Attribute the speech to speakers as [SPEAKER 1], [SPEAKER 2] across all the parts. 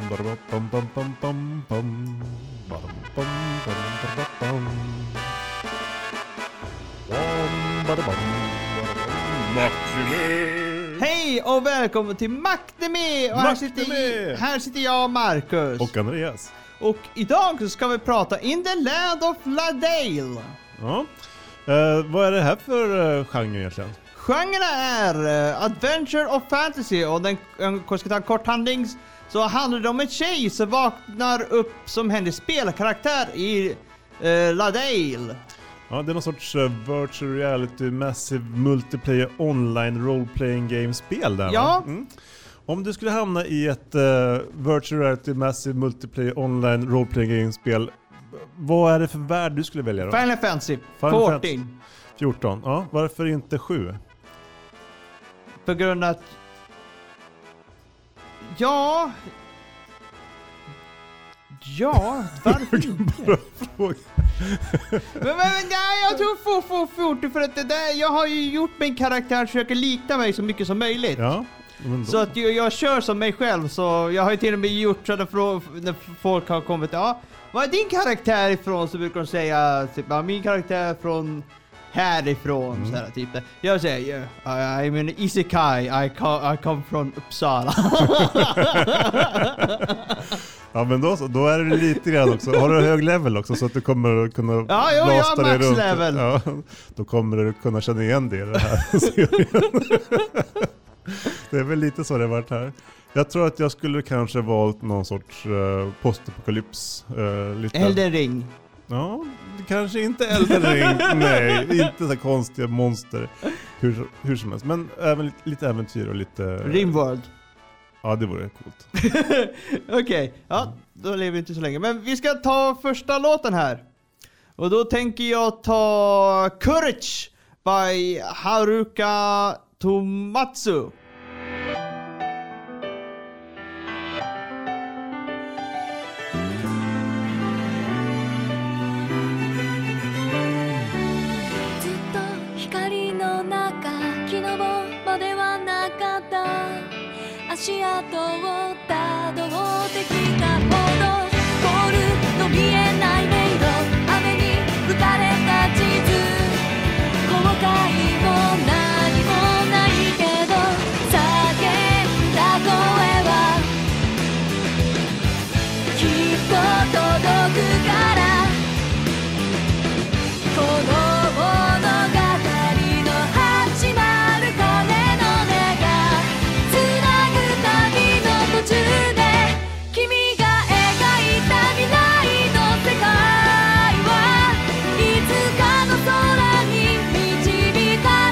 [SPEAKER 1] Hej och välkommen till Macdemi! Och här sitter jag, Marcus.
[SPEAKER 2] Och Andreas.
[SPEAKER 1] Och idag så ska vi prata In the Land of Ladale.
[SPEAKER 2] Ja. Vad är det här för genre egentligen?
[SPEAKER 1] Genren är Adventure och Fantasy. Och jag ska ta en kort handling. Så handlar det om en tjej som vaknar upp som hennes spelkaraktär i Ladale.
[SPEAKER 2] Ja, det är någon sorts virtual reality massive multiplayer online role-playing game-spel där.
[SPEAKER 1] Ja.
[SPEAKER 2] Mm. Om du skulle hamna i ett virtual reality massive multiplayer online role-playing game-spel, vad är det för värld du skulle välja då?
[SPEAKER 1] Final Fantasy
[SPEAKER 2] 14. Ja, varför inte 7?
[SPEAKER 1] På grund av att... Ja, varför inte? men nej, jag tror 40 för att det där, jag har ju gjort min karaktär försöker likna mig så mycket som möjligt.
[SPEAKER 2] Ja.
[SPEAKER 1] Så att jag kör som mig själv, så jag har ju till och med gjort så när folk har kommit, ja, vad är din karaktär ifrån? Så brukar de säga typ, ja, min karaktär är från härifrån, så här, typ. Jag säger, I'm an isekai, I come from Uppsala.
[SPEAKER 2] Ja, men då är det lite grann också. Har du hög level också så att du kommer att kunna blasta dig runt?
[SPEAKER 1] Level.
[SPEAKER 2] Ja, då kommer du kunna känna igen det här. Det är väl lite så det har varit här. Jag tror att jag skulle kanske valt någon sorts postapokalyps.
[SPEAKER 1] Elden Ring.
[SPEAKER 2] Ja, kanske inte Elden Ring. Nej, inte så konstiga monster. Hur som helst. Men även lite äventyr och lite...
[SPEAKER 1] Rimworld.
[SPEAKER 2] Ja, det vore coolt.
[SPEAKER 1] Okej, ja, då lever vi inte så länge. Men vi ska ta första låten här. Och då tänker jag ta Courage by Haruka Tomatsu.
[SPEAKER 3] 「いつかの空に導かれ」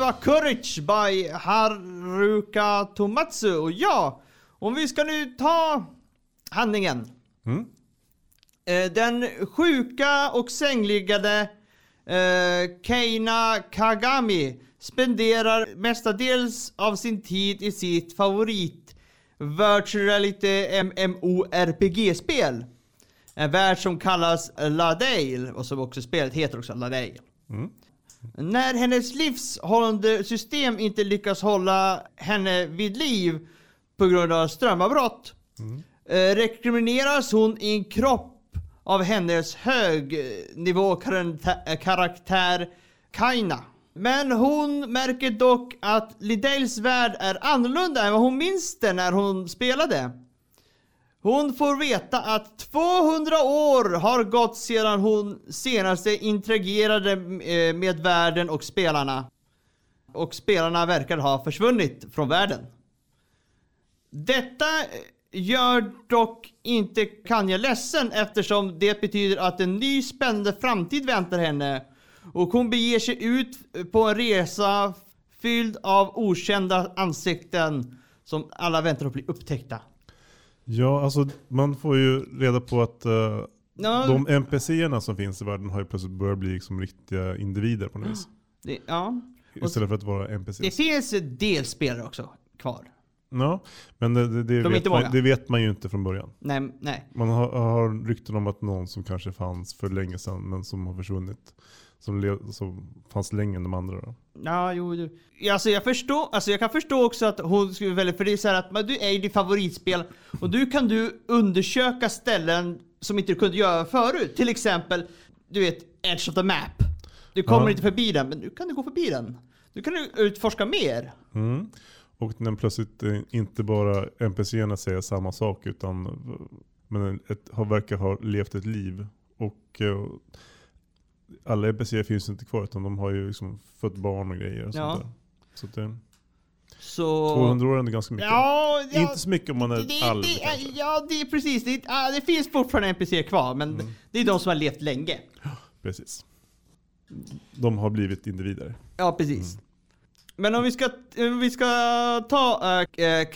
[SPEAKER 1] var Courage by Haruka Tomatsu. Och ja, om vi ska nu ta handlingen. Den sjuka och sängliggade Keina Kagami spenderar mestadels av sin tid i sitt favorit virtual reality MMORPG-spel. En värld som kallas Ladale och som också spelet heter också Ladale. När hennes livshållande system inte lyckas hålla henne vid liv på grund av strömavbrott rekrimineras hon i en kropp av hennes högnivå karaktär Kaina. Men hon märker dock att Ladales värld är annorlunda än vad hon minns det när hon spelade. Hon får veta att 200 år har gått sedan hon senast interagerade med världen och spelarna. Och spelarna verkar ha försvunnit från världen. Detta gör dock inte Kanya ledsen eftersom det betyder att en ny spännande framtid väntar henne. Och hon beger sig ut på en resa fylld av okända ansikten som alla väntar att bli upptäckta.
[SPEAKER 2] Ja, alltså man får ju reda på att de NPCerna som finns i världen har ju plötsligt börjat bli liksom riktiga individer på något vis. Istället för att vara NPCs.
[SPEAKER 1] Det finns delspelare också kvar.
[SPEAKER 2] Ja, men det vet man ju inte från början.
[SPEAKER 1] Nej.
[SPEAKER 2] Man har rykten om att någon som kanske fanns för länge sedan men som har försvunnit. Som fanns länge än de andra då.
[SPEAKER 1] Ja, jo. Alltså jag kan förstå också att hon skulle välja, för det är så här att du är i ditt favoritspel och kan du undersöka ställen som inte du kunde göra förut. Till exempel, du vet, Edge of the Map. Du kommer inte förbi den, men nu kan du gå förbi den. Du kan utforska mer.
[SPEAKER 2] Och när plötsligt inte bara NPCerna säger samma sak utan verkar ha levt ett liv. Och alla NPCer finns inte kvar utan de har ju liksom fått barn och grejer och sånt där. Så det, 200 år är ganska mycket. Inte så mycket om man är alv.
[SPEAKER 1] Det är precis. Det finns fortfarande NPCer kvar, men det är de som har levt länge.
[SPEAKER 2] Precis. De har blivit individer.
[SPEAKER 1] Ja, precis. Men om vi ska ta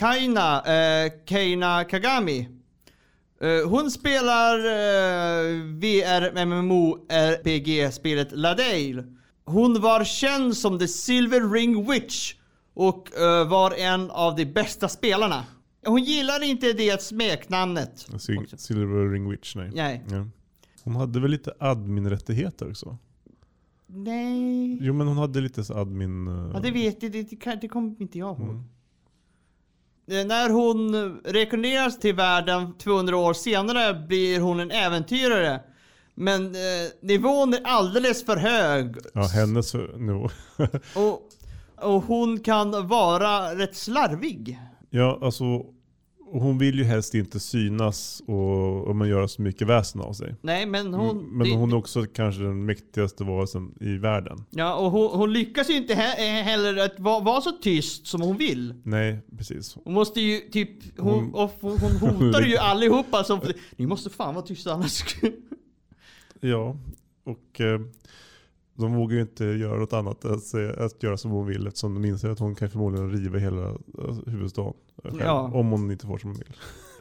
[SPEAKER 1] Keina Kagami. Hon spelar VR MMORPG-spelet Ladale. Hon var känd som The Silver Ring Witch och var en av de bästa spelarna. Hon gillade inte det smeknamnet.
[SPEAKER 2] Silver Ring Witch, nej. Ja. Hon hade väl lite admin-rättigheter också?
[SPEAKER 1] Nej.
[SPEAKER 2] Jo, men hon hade lite så admin...
[SPEAKER 1] Ja, det kommer inte jag ihåg. När hon rekonstrueras till världen 200 år senare blir hon en äventyrare. Men nivån är alldeles för hög.
[SPEAKER 2] Ja, hennes nivå.
[SPEAKER 1] och hon kan vara rätt slarvig.
[SPEAKER 2] Ja, alltså... Och hon vill ju helst inte synas och man gör så mycket väsen av sig.
[SPEAKER 1] Nej, men hon
[SPEAKER 2] är också kanske den mäktigaste varelsen i världen.
[SPEAKER 1] Ja, och hon lyckas ju inte heller att vara så tyst som hon vill.
[SPEAKER 2] Nej, precis.
[SPEAKER 1] Hon måste ju typ... Hon hotar ju allihopa som... Ni måste fan vara tysta annars.
[SPEAKER 2] Ja, och de vågar ju inte göra något annat att göra som hon vill eftersom de inser att hon kan förmodligen riva hela huvudstaden själv, om hon inte får som hon vill.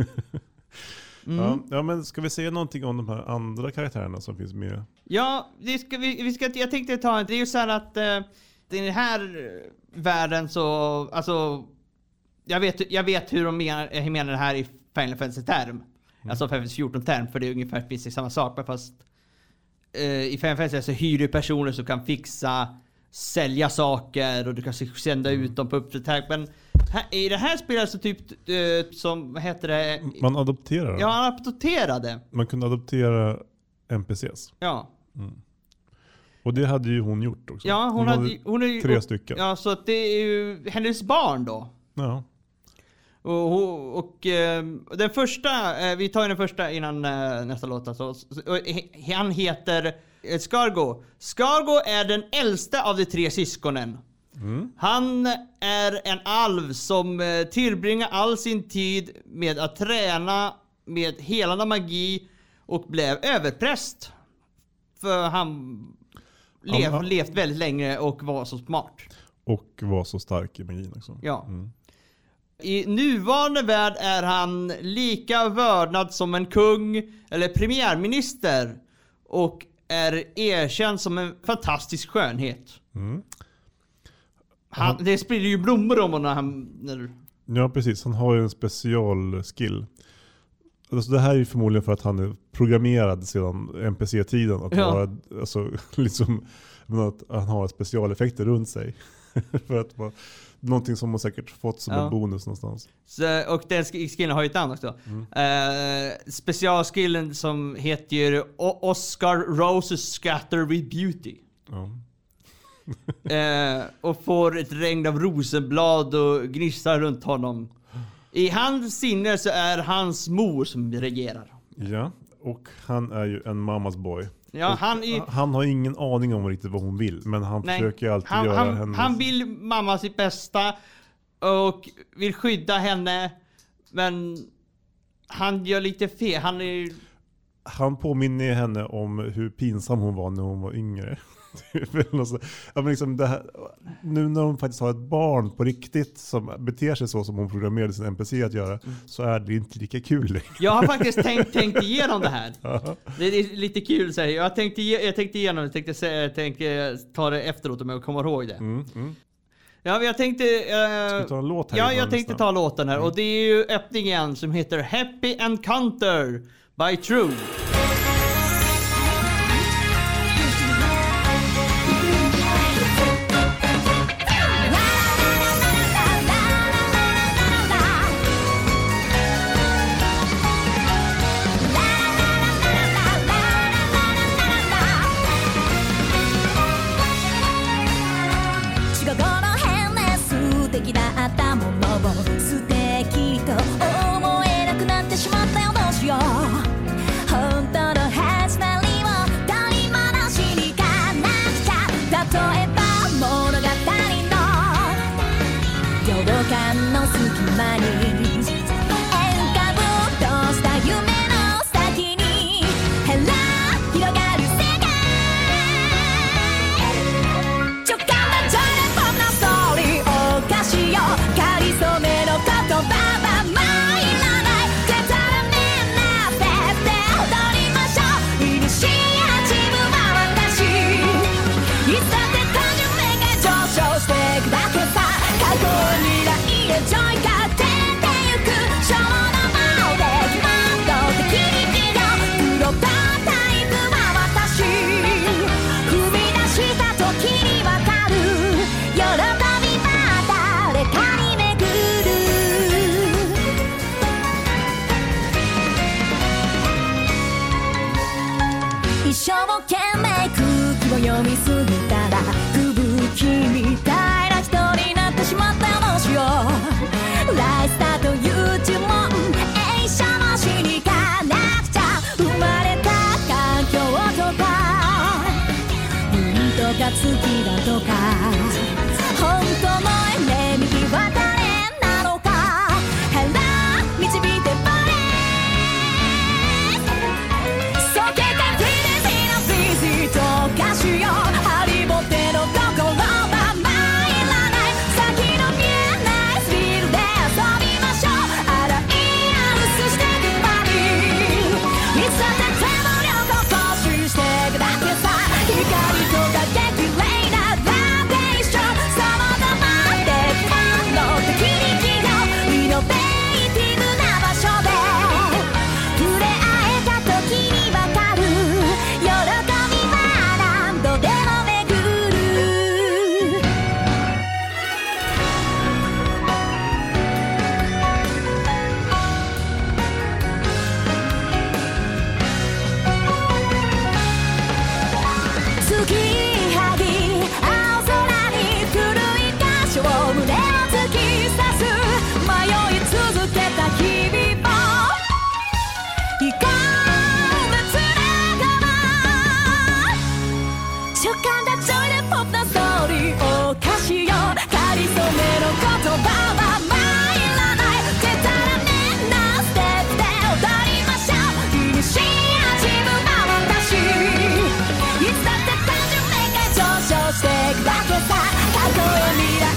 [SPEAKER 2] Ja, men ska vi säga någonting om de här andra karaktärerna som finns med?
[SPEAKER 1] Ja, jag tänkte ta det är ju så här att i den här världen så alltså jag vet hur de menar det här i Final Fantasy-term. Alltså Final Fantasy 14-term, för det är ungefär precis samma sak, fast i Final Fantasy så hyr du personer som kan sälja saker och du kan sända ut dem på uppdrag. Men i det här spelet så typ som, vad heter det?
[SPEAKER 2] Man adopterar.
[SPEAKER 1] Ja, man adopterade.
[SPEAKER 2] Man kunde adoptera NPCs.
[SPEAKER 1] Ja.
[SPEAKER 2] Och det hade ju hon gjort också.
[SPEAKER 1] Ja, hon hade 3 stycken. Ja, så att det är ju hennes barn då.
[SPEAKER 2] Ja.
[SPEAKER 1] Och den första, vi tar den första innan nästa låt alltså. Han heter Skargo. Skargo är den äldsta av de 3 syskonen. Han är en alv som tillbringar all sin tid med att träna med helande magi och blev överpräst. För han levt väldigt länge och var så smart.
[SPEAKER 2] Och var så stark i magin också.
[SPEAKER 1] Ja. I nuvarande värld är han lika vördnad som en kung eller premiärminister och är erkänd som en fantastisk skönhet. Det sprider ju blommor om honom när...
[SPEAKER 2] Ja, precis. Han har ju en specialskill. Alltså det här är ju förmodligen för att han är programmerad sedan NPC-tiden att vara, alltså, liksom, att han har specialeffekter runt sig. För att vara någonting som man säkert fått som en bonus någonstans.
[SPEAKER 1] Så, och den skillen har ju ett namn också. Specialskillen som heter Oscar Roses Scatter with Beauty.
[SPEAKER 2] Ja.
[SPEAKER 1] Och får ett regn av rosenblad och gnistrar runt honom. I hans sinne så är hans mor som regerar.
[SPEAKER 2] Ja, och han är ju en mammas boy.
[SPEAKER 1] Ja,
[SPEAKER 2] han har ingen aning om riktigt vad hon vill, men han försöker alltid göra henne...
[SPEAKER 1] Han vill mamma sitt bästa och vill skydda henne, men han gör lite fel.
[SPEAKER 2] Han påminner henne om hur pinsam hon var när hon var yngre. Ja, men liksom det här, nu när hon faktiskt har ett barn på riktigt som beter sig så som hon programmerade sin NPC att göra, så är det inte lika kul längre. Jag
[SPEAKER 1] har faktiskt tänkt igenom det här. Det är lite kul, säger jag. Jag tänkte igenom det. Jag tänkte ta det efteråt om jag kommer ihåg det. Ja, jag tänkte...
[SPEAKER 2] Ska vi ta en låt här?
[SPEAKER 1] Ja, jag tänkte ta låten här. Och det är ju öppningen som heter Happy Encounter by True.
[SPEAKER 3] してくだけさ過去を見ら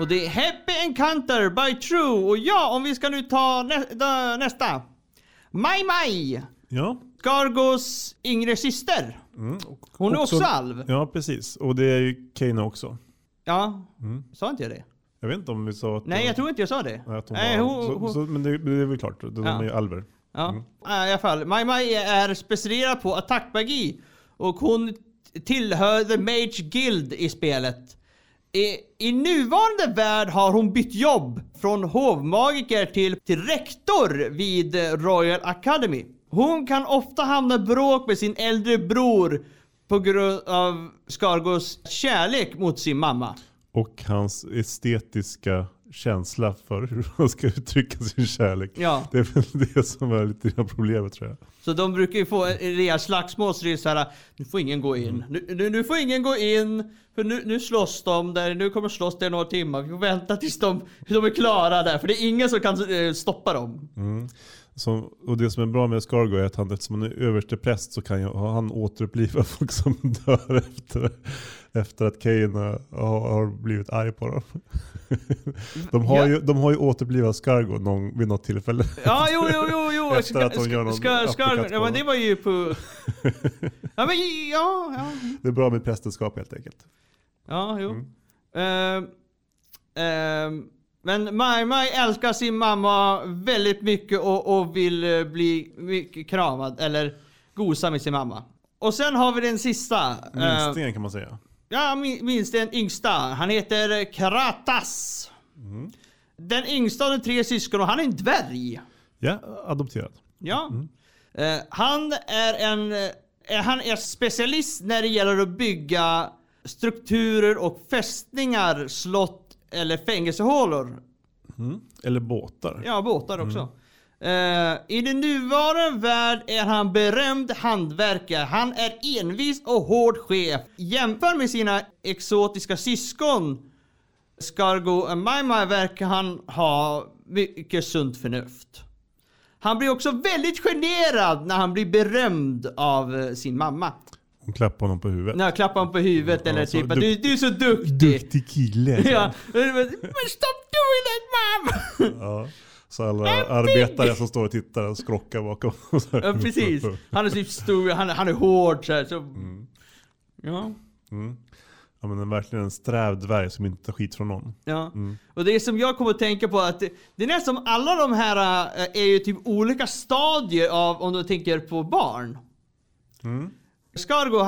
[SPEAKER 1] Och det är Happy Encounter by True. Och ja, om vi ska nu ta nästa. Mai.
[SPEAKER 2] Ja.
[SPEAKER 1] Skargos yngre syster. Hon är också alv.
[SPEAKER 2] Ja, precis. Och det är ju Kano också.
[SPEAKER 1] Ja, sa inte jag det?
[SPEAKER 2] Jag vet inte om vi sa att...
[SPEAKER 1] Nej, jag tror inte jag sa det.
[SPEAKER 2] Men det är väl klart. De är ju alver.
[SPEAKER 1] Ja, i alla fall. Mai är specialiserad på attackmagi. Och hon tillhör The Mage Guild i spelet. I nuvarande värld har hon bytt jobb från hovmagiker till rektor vid Royal Academy. Hon kan ofta hamna i bråk med sin äldre bror på grund av Skargos kärlek mot sin mamma.
[SPEAKER 2] Och hans estetiska känsla för hur man ska uttrycka sin kärlek.
[SPEAKER 1] Ja.
[SPEAKER 2] Det är väl det som är lite grann problemet, tror jag.
[SPEAKER 1] Så de brukar ju få en rejäl slagsmål, så det är så här: nu får ingen gå in. Nu får ingen gå in, för nu slåss de där. Nu kommer slåss det några timmar. Vi får vänta tills de är klara där, för det är ingen som kan stoppa dem.
[SPEAKER 2] Och det som är bra med Skargo är att han, eftersom han är överste präst, så kan han återuppliva folk som dör efter att Kane har blivit arg på dem. De har ju återupplivat Skargo vid något tillfälle.
[SPEAKER 1] Ja, jo.
[SPEAKER 2] Efter att de gör någon
[SPEAKER 1] Skargo, ja, men det var ju på... ja.
[SPEAKER 2] Det är bra med prästerskap helt enkelt.
[SPEAKER 1] Ja, jo. Men Mai älskar sin mamma väldigt mycket och vill bli mycket kramad eller gosa med sin mamma. Och sen har vi den sista.
[SPEAKER 2] Minsten kan man säga.
[SPEAKER 1] Ja, minst den yngsta. Han heter Kratas. Den yngsta av de 3 syskon, och han är en dvärg.
[SPEAKER 2] Ja, adopterad.
[SPEAKER 1] Ja. Han är specialist när det gäller att bygga strukturer och fästningar, slott eller fängelsehålor.
[SPEAKER 2] Eller båtar.
[SPEAKER 1] Ja, båtar också. I den nuvarande värld är han berömd hantverkare. Han är envis och hård chef. Jämför med sina exotiska syskon Skargo och Mai verkar han ha mycket sunt förnuft. Han blir också väldigt generad när han blir berömd av sin mamma.
[SPEAKER 2] Hon klappar honom på huvudet.
[SPEAKER 1] Nej, klappar honom på huvudet eller typ du är så duktig.
[SPEAKER 2] Duktig kille.
[SPEAKER 1] Ja. Men stop doing that, mom!
[SPEAKER 2] Ja. Så alla arbetare som står och tittar och skrockar bakom.
[SPEAKER 1] Ja, precis. Han är typ stor, han är hård så här, så. Ja.
[SPEAKER 2] Ja, men verkligen en sträv dvärg som inte tar skit från någon.
[SPEAKER 1] Ja. Och det som jag kommer att tänka på att det är nästan som alla de här är ju typ olika stadier av, om du tänker på barn. Skargo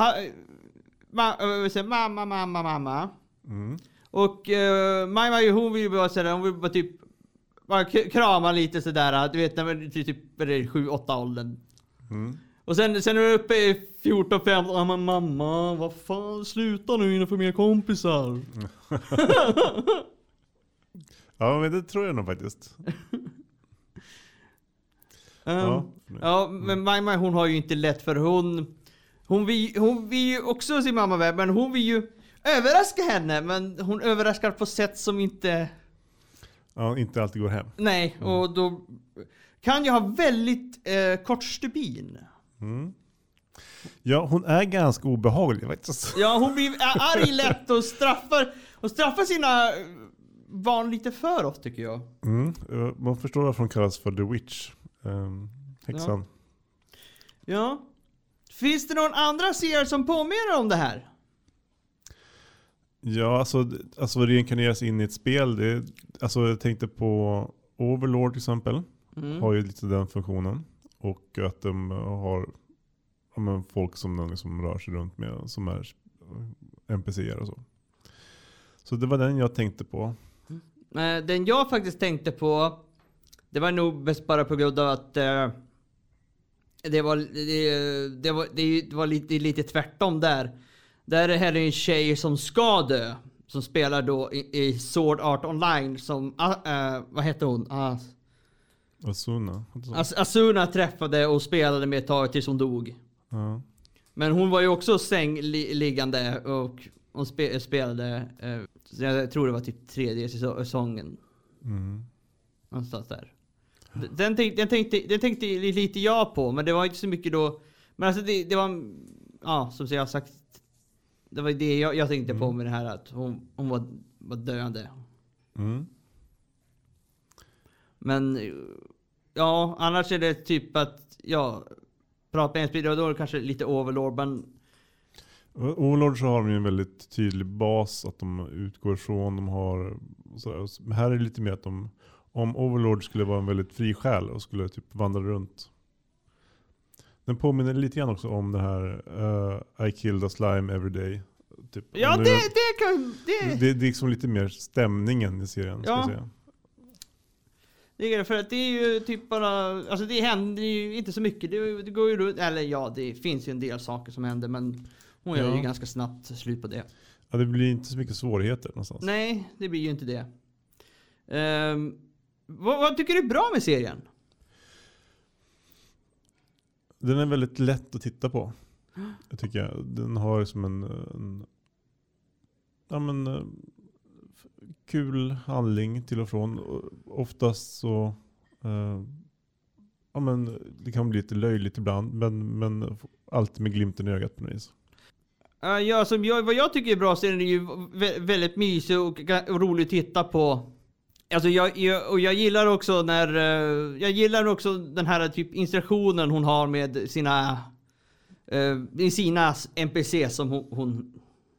[SPEAKER 1] mamma. Och Mai hon vill bara sådär, hon vill bara typ bara krama lite sådär, du vet när man typ 7-8 åldern. Och sen är du uppe i 14-15, men mamma, vad fan, sluta nu innan för mer kompisar.
[SPEAKER 2] Ja, men det tror jag nog faktiskt.
[SPEAKER 1] Ja, men Mai hon har ju inte lätt, för hon vill ju också sin mamma väl, men hon vill ju överraska henne, men hon överraskar på sätt som inte
[SPEAKER 2] inte alltid går hem.
[SPEAKER 1] Nej, och då kan jag ha väldigt kort stubin.
[SPEAKER 2] Ja, hon är ganska obehaglig faktiskt.
[SPEAKER 1] Ja, hon blir arg lätt och straffar sina barn lite för ofta, tycker jag.
[SPEAKER 2] Man förstår varför hon kallas för The Witch. Häxan.
[SPEAKER 1] Ja. Finns det någon andra serier som påminner om det här?
[SPEAKER 2] Ja, alltså reinkarneras in i ett spel. Alltså jag tänkte på Overlord till exempel. Har ju lite den funktionen. Och att de har folk som de liksom rör sig runt med, som är NPC:er och så. Så det var den jag tänkte på.
[SPEAKER 1] Den jag faktiskt tänkte på, det var nog bäst bara på grund av att det var lite tvärtom där. Där är det en tjej som ska dö, som spelar då i Sword Art Online, som vad heter hon? Asuna träffade och spelade med ett tag tills hon dog. Men hon var ju också sängliggande och hon spelade jag tror det var typ 3:e säsongen. Någonstans där. Den tänkte lite jag på, men det var inte så mycket då. Men alltså det var, ja, som jag har sagt, det var det jag tänkte på med det här, att hon var döende. Men ja, annars är det typ att prata med en spelare, då är det kanske lite Overlord, men
[SPEAKER 2] Overlord så har de ju en väldigt tydlig bas att de utgår ifrån. De har så här är det lite mer att om Overlord skulle vara en väldigt fri själ och skulle typ vandra runt. Den påminner lite grann också om det här I killed a slime every day. Typ.
[SPEAKER 1] ja,
[SPEAKER 2] nu,
[SPEAKER 1] det
[SPEAKER 2] det är liksom lite mer stämningen i serien, ska jag säga.
[SPEAKER 1] Det är för att det är ju typ bara, alltså det händer ju inte så mycket. Det går ju runt, eller ja, det finns ju en del saker som händer, men hon gör ju ganska snabbt slut på det.
[SPEAKER 2] Ja, det blir inte så mycket svårigheter någonstans.
[SPEAKER 1] Nej, det blir ju inte det. Vad tycker du är bra med serien?
[SPEAKER 2] Den är väldigt lätt att titta på. Jag tycker den har som en kul handling till och från. Oftast så det kan bli lite löjligt ibland, men alltid med glimten i ögat på något vis.
[SPEAKER 1] Ja, vad jag tycker är bra, så är den ju väldigt mysig och rolig att titta på. Alltså jag gillar också den här typ instruktionen hon har med sina NPC som hon.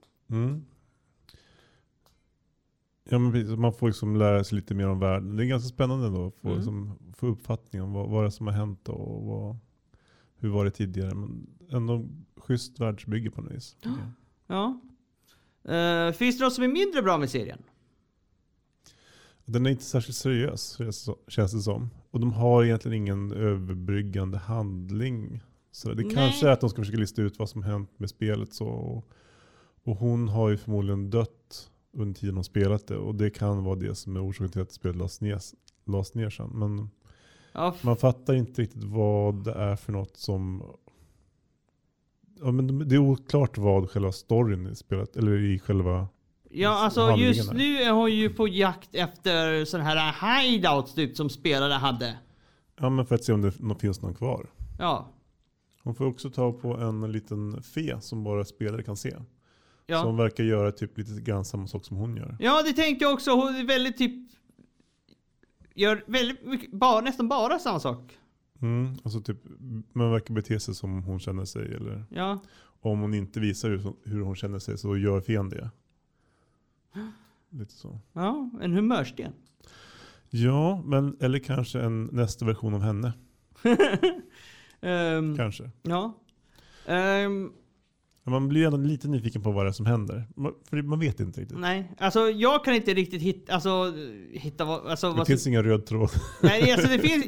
[SPEAKER 2] Ja, men precis, man får liksom lära sig lite mer om världen. Det är ganska spännande då att få uppfattning om vad det är som har hänt och hur var det tidigare. Men ändå schysst världsbygge på något vis.
[SPEAKER 1] Ja. Finns det något som är mindre bra med serien?
[SPEAKER 2] Den är inte särskilt seriös, känns det som. Och de har egentligen ingen överbryggande handling. Så det kanske är att de ska försöka lista ut vad som hänt med spelet. Så. Och hon har ju förmodligen dött under tiden hon spelat det. Och det kan vara det som är orsaken till att spelet lades ner sen. Men man fattar inte riktigt vad det är för något som... Ja, men det är oklart vad själva storyn i spelet, eller i själva...
[SPEAKER 1] Ja, alltså just nu är hon ju på jakt efter sån här hideouts typ som spelare hade.
[SPEAKER 2] Ja, men för att se om det finns någon kvar.
[SPEAKER 1] Ja.
[SPEAKER 2] Hon får också ta på en liten fe som bara spelare kan se.
[SPEAKER 1] Ja.
[SPEAKER 2] Som verkar göra typ lite grann samma sak som hon gör.
[SPEAKER 1] Ja, det tänkte jag också. Hon är väldigt typ... Gör väldigt mycket, nästan bara samma sak.
[SPEAKER 2] Alltså typ, man verkar bete sig som hon känner sig. Eller om hon inte visar hur hon känner sig så gör fen det. Lite så.
[SPEAKER 1] Ja, en humörsten.
[SPEAKER 2] Ja, men eller kanske en nästa version av henne. Kanske.
[SPEAKER 1] Ja.
[SPEAKER 2] Man blir ändå lite nyfiken på vad det är som händer. För man vet inte riktigt.
[SPEAKER 1] Nej, alltså jag kan inte riktigt hitta vad...
[SPEAKER 2] Det finns ingen röd tråd.
[SPEAKER 1] Nej, alltså det finns...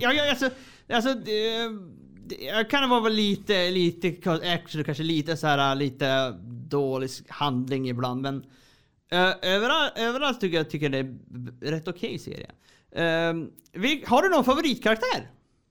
[SPEAKER 1] Det kan vara lite kanske lite så här lite dålig handling ibland, men överallt tycker jag det är rätt okej serie. Har du någon favoritkaraktär?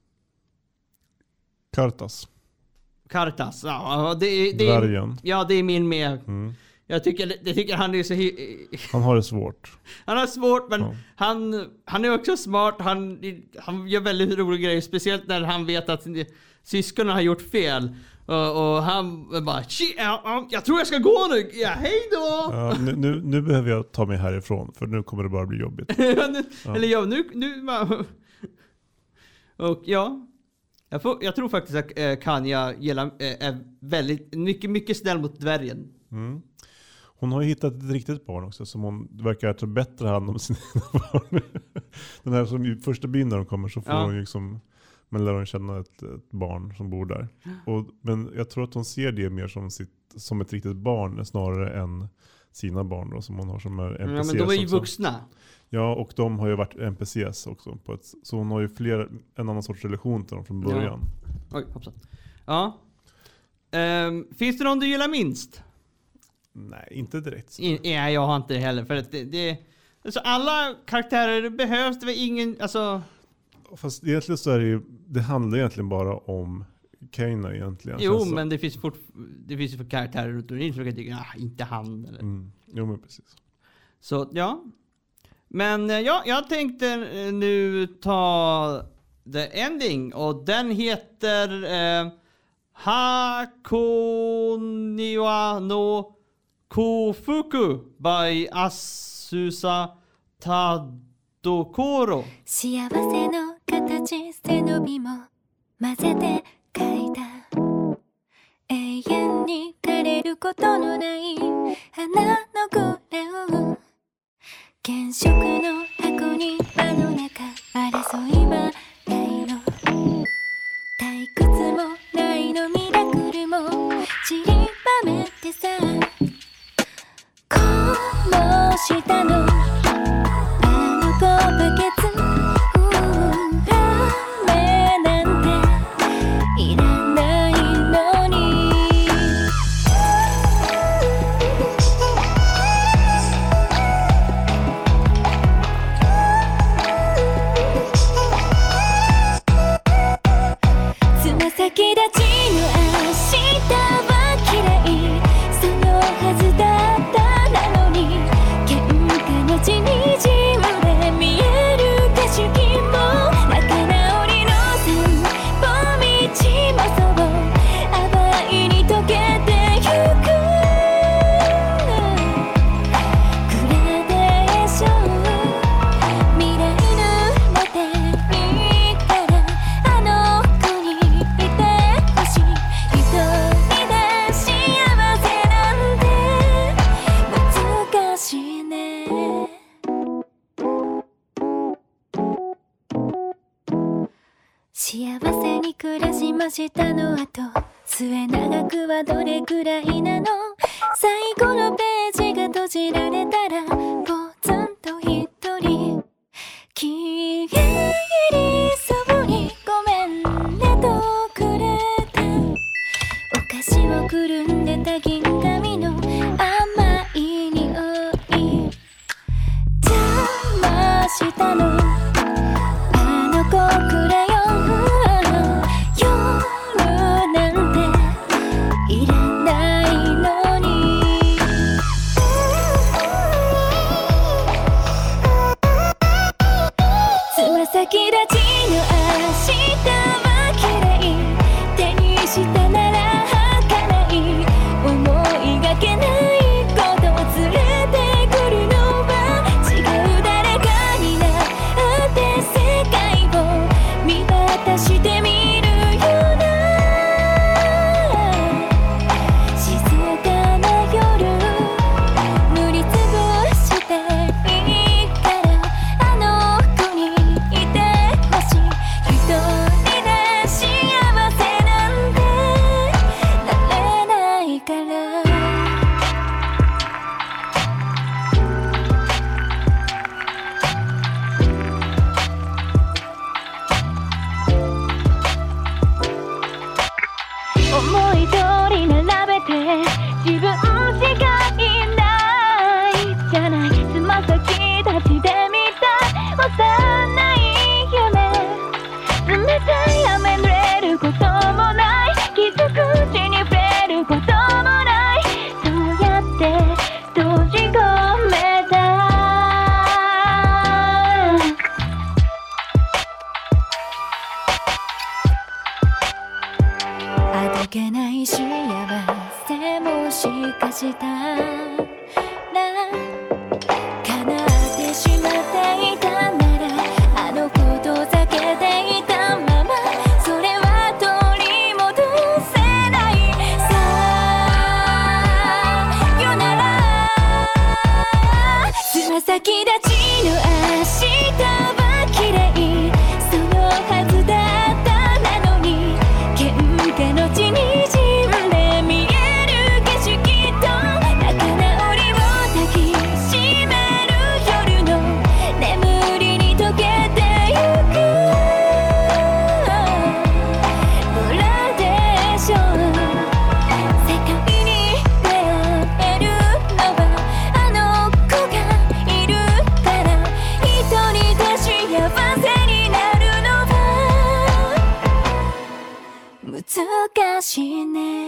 [SPEAKER 1] Kartas. Ja, det är
[SPEAKER 2] Dvärgen.
[SPEAKER 1] Ja, det är min med. Jag tycker han är så...
[SPEAKER 2] Han har det svårt.
[SPEAKER 1] Han har svårt, men han är också smart. Han gör väldigt roliga grejer. Speciellt när han vet att syskonen har gjort fel. Och han bara, jag tror jag ska gå nu. Ja, hej då!
[SPEAKER 2] Ja, nu behöver jag ta mig härifrån. För nu kommer det bara bli jobbigt.
[SPEAKER 1] Eller nu och jag tror faktiskt att Kanya är väldigt mycket snäll mot dvärgen.
[SPEAKER 2] Hon har ju hittat ett riktigt barn också som hon verkar ta bättre hand om sina barn. Den här som i första byn när de kommer så får hon ju liksom, man lär hon känna ett barn som bor där. Men jag tror att hon ser det mer som ett riktigt barn snarare än sina barn då, som hon har som är NPCs.
[SPEAKER 1] Ja, men de är ju
[SPEAKER 2] också
[SPEAKER 1] vuxna.
[SPEAKER 2] Ja, och de har ju varit NPCs också. Så hon har ju en annan sorts relation till dem från början.
[SPEAKER 1] Ja. Oj, hoppsan. Ja. Finns det någon du gillar minst?
[SPEAKER 2] Nej, inte direkt.
[SPEAKER 1] Nej, jag har inte det heller. För att alltså alla karaktärer behövs, det var ingen... Alltså...
[SPEAKER 2] Fast egentligen så är det handlar egentligen bara om Kena egentligen.
[SPEAKER 1] Jo, men det finns ju för karaktärer runt omkring som jag tycker, inte han. Eller.
[SPEAKER 2] Jo, men precis.
[SPEAKER 1] Så, ja. Men jag tänkte nu ta the ending. Och den heter Hakoniwa no Kofuku by Asusa Tadokoro.
[SPEAKER 3] 幸せの形背伸びも混ぜて書いた永遠に枯れることのない花のグラを原色の箱にあの中争いはないの退屈もないのミラクルも散りばめてさこうしたのあの子バケツラーメンなんていらないのにつま先立ちの明日は嫌いそのはずだったなのに喧嘩のちにじんで見える景色も仲直りの散歩道もそう淡いに溶けてゆくグラデーション未来濡れていいからあの子にいてほしい一人で幸せなんて難しいね幸せに暮らしましたのあと末永くはどれくらいなの最後のページが閉じられたらぽつんと一人消え入りそうにごめんねとくれたお菓子をくるんでた銀紙の甘い匂い邪魔したのあの子くらよ夜なんていらないのにつま先立ちの明日は嫌い手にしたなら儚い思いがけないことを連れてくるのは違う誰かになって世界を見渡してみるような静かな夜塗りつぶしていいからあの子にいてほしい一人で幸せなんてなれないから思い通り並べて自分しかいないじゃないつま先立ちで見た幼い夢冷たい雨濡れることもない気づくうちに触れることもないそうやって閉じ込めたあどけない幸せもしかしたら叶ってしまっていたならあのこと避けていたままそれは取り戻せないさよならつま先立ちの明日は嫌いそのはずだったなのに喧嘩のちにじんで見える景色と仲直りを抱きしめる夜の眠りに溶けてゆくグラデーション世界に出会えるのはあの子がいるから一人で幸せになるのは難しいね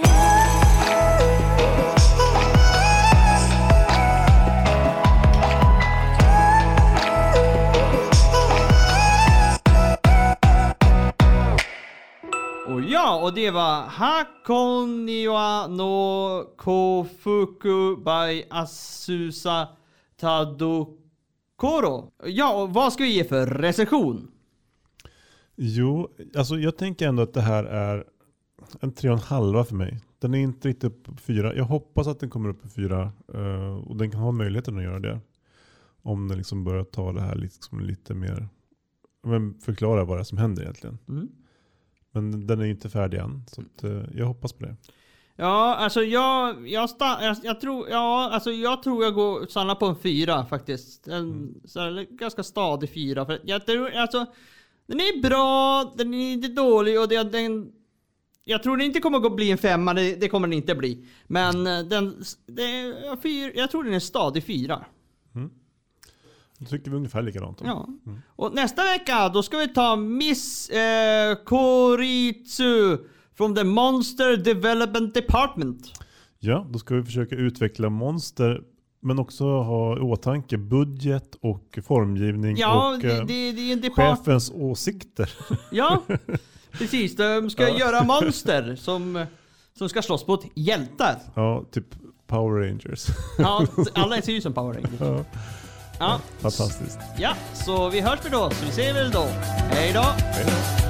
[SPEAKER 1] Och ja, och det var Hakoniwa no Kofuku by Asusa Tadokoro. Koro, ja, och vad ska vi ge för recension?
[SPEAKER 2] Jo, alltså jag tänker ändå att det här är en 3,5 för mig. Den är inte riktigt upp på 4. Jag hoppas att den kommer upp på 4 och den kan ha möjligheten att göra det. Om den liksom börjar ta det här liksom lite mer, men förklara vad det är som händer egentligen. Men den är inte färdig än, så att, jag hoppas på det.
[SPEAKER 1] Ja, alltså jag tror jag går stanna på en 4 faktiskt. En så här, ganska stadig 4. För jag tror, alltså, den är bra, den är inte dålig och jag tror det inte kommer att bli en 5, det kommer den inte bli. Men jag tror den är stadig 4.
[SPEAKER 2] Då tycker vi ungefär likadant.
[SPEAKER 1] Ja. Och nästa vecka då ska vi ta Miss Koritsu from the Monster Development Department.
[SPEAKER 2] Ja, då ska vi försöka utveckla monster, men också ha i åtanke budget och formgivning och
[SPEAKER 1] det är en
[SPEAKER 2] chefens åsikter.
[SPEAKER 1] Ja, precis. De ska göra monster som ska slåss mot hjältar.
[SPEAKER 2] Ja, typ Power Rangers.
[SPEAKER 1] Ja, alla ser ju som Power Rangers. Ja.
[SPEAKER 2] Fantastiskt.
[SPEAKER 1] Ja, så vi hörs då. Så vi ses väl då. Hej då.
[SPEAKER 2] Hej då.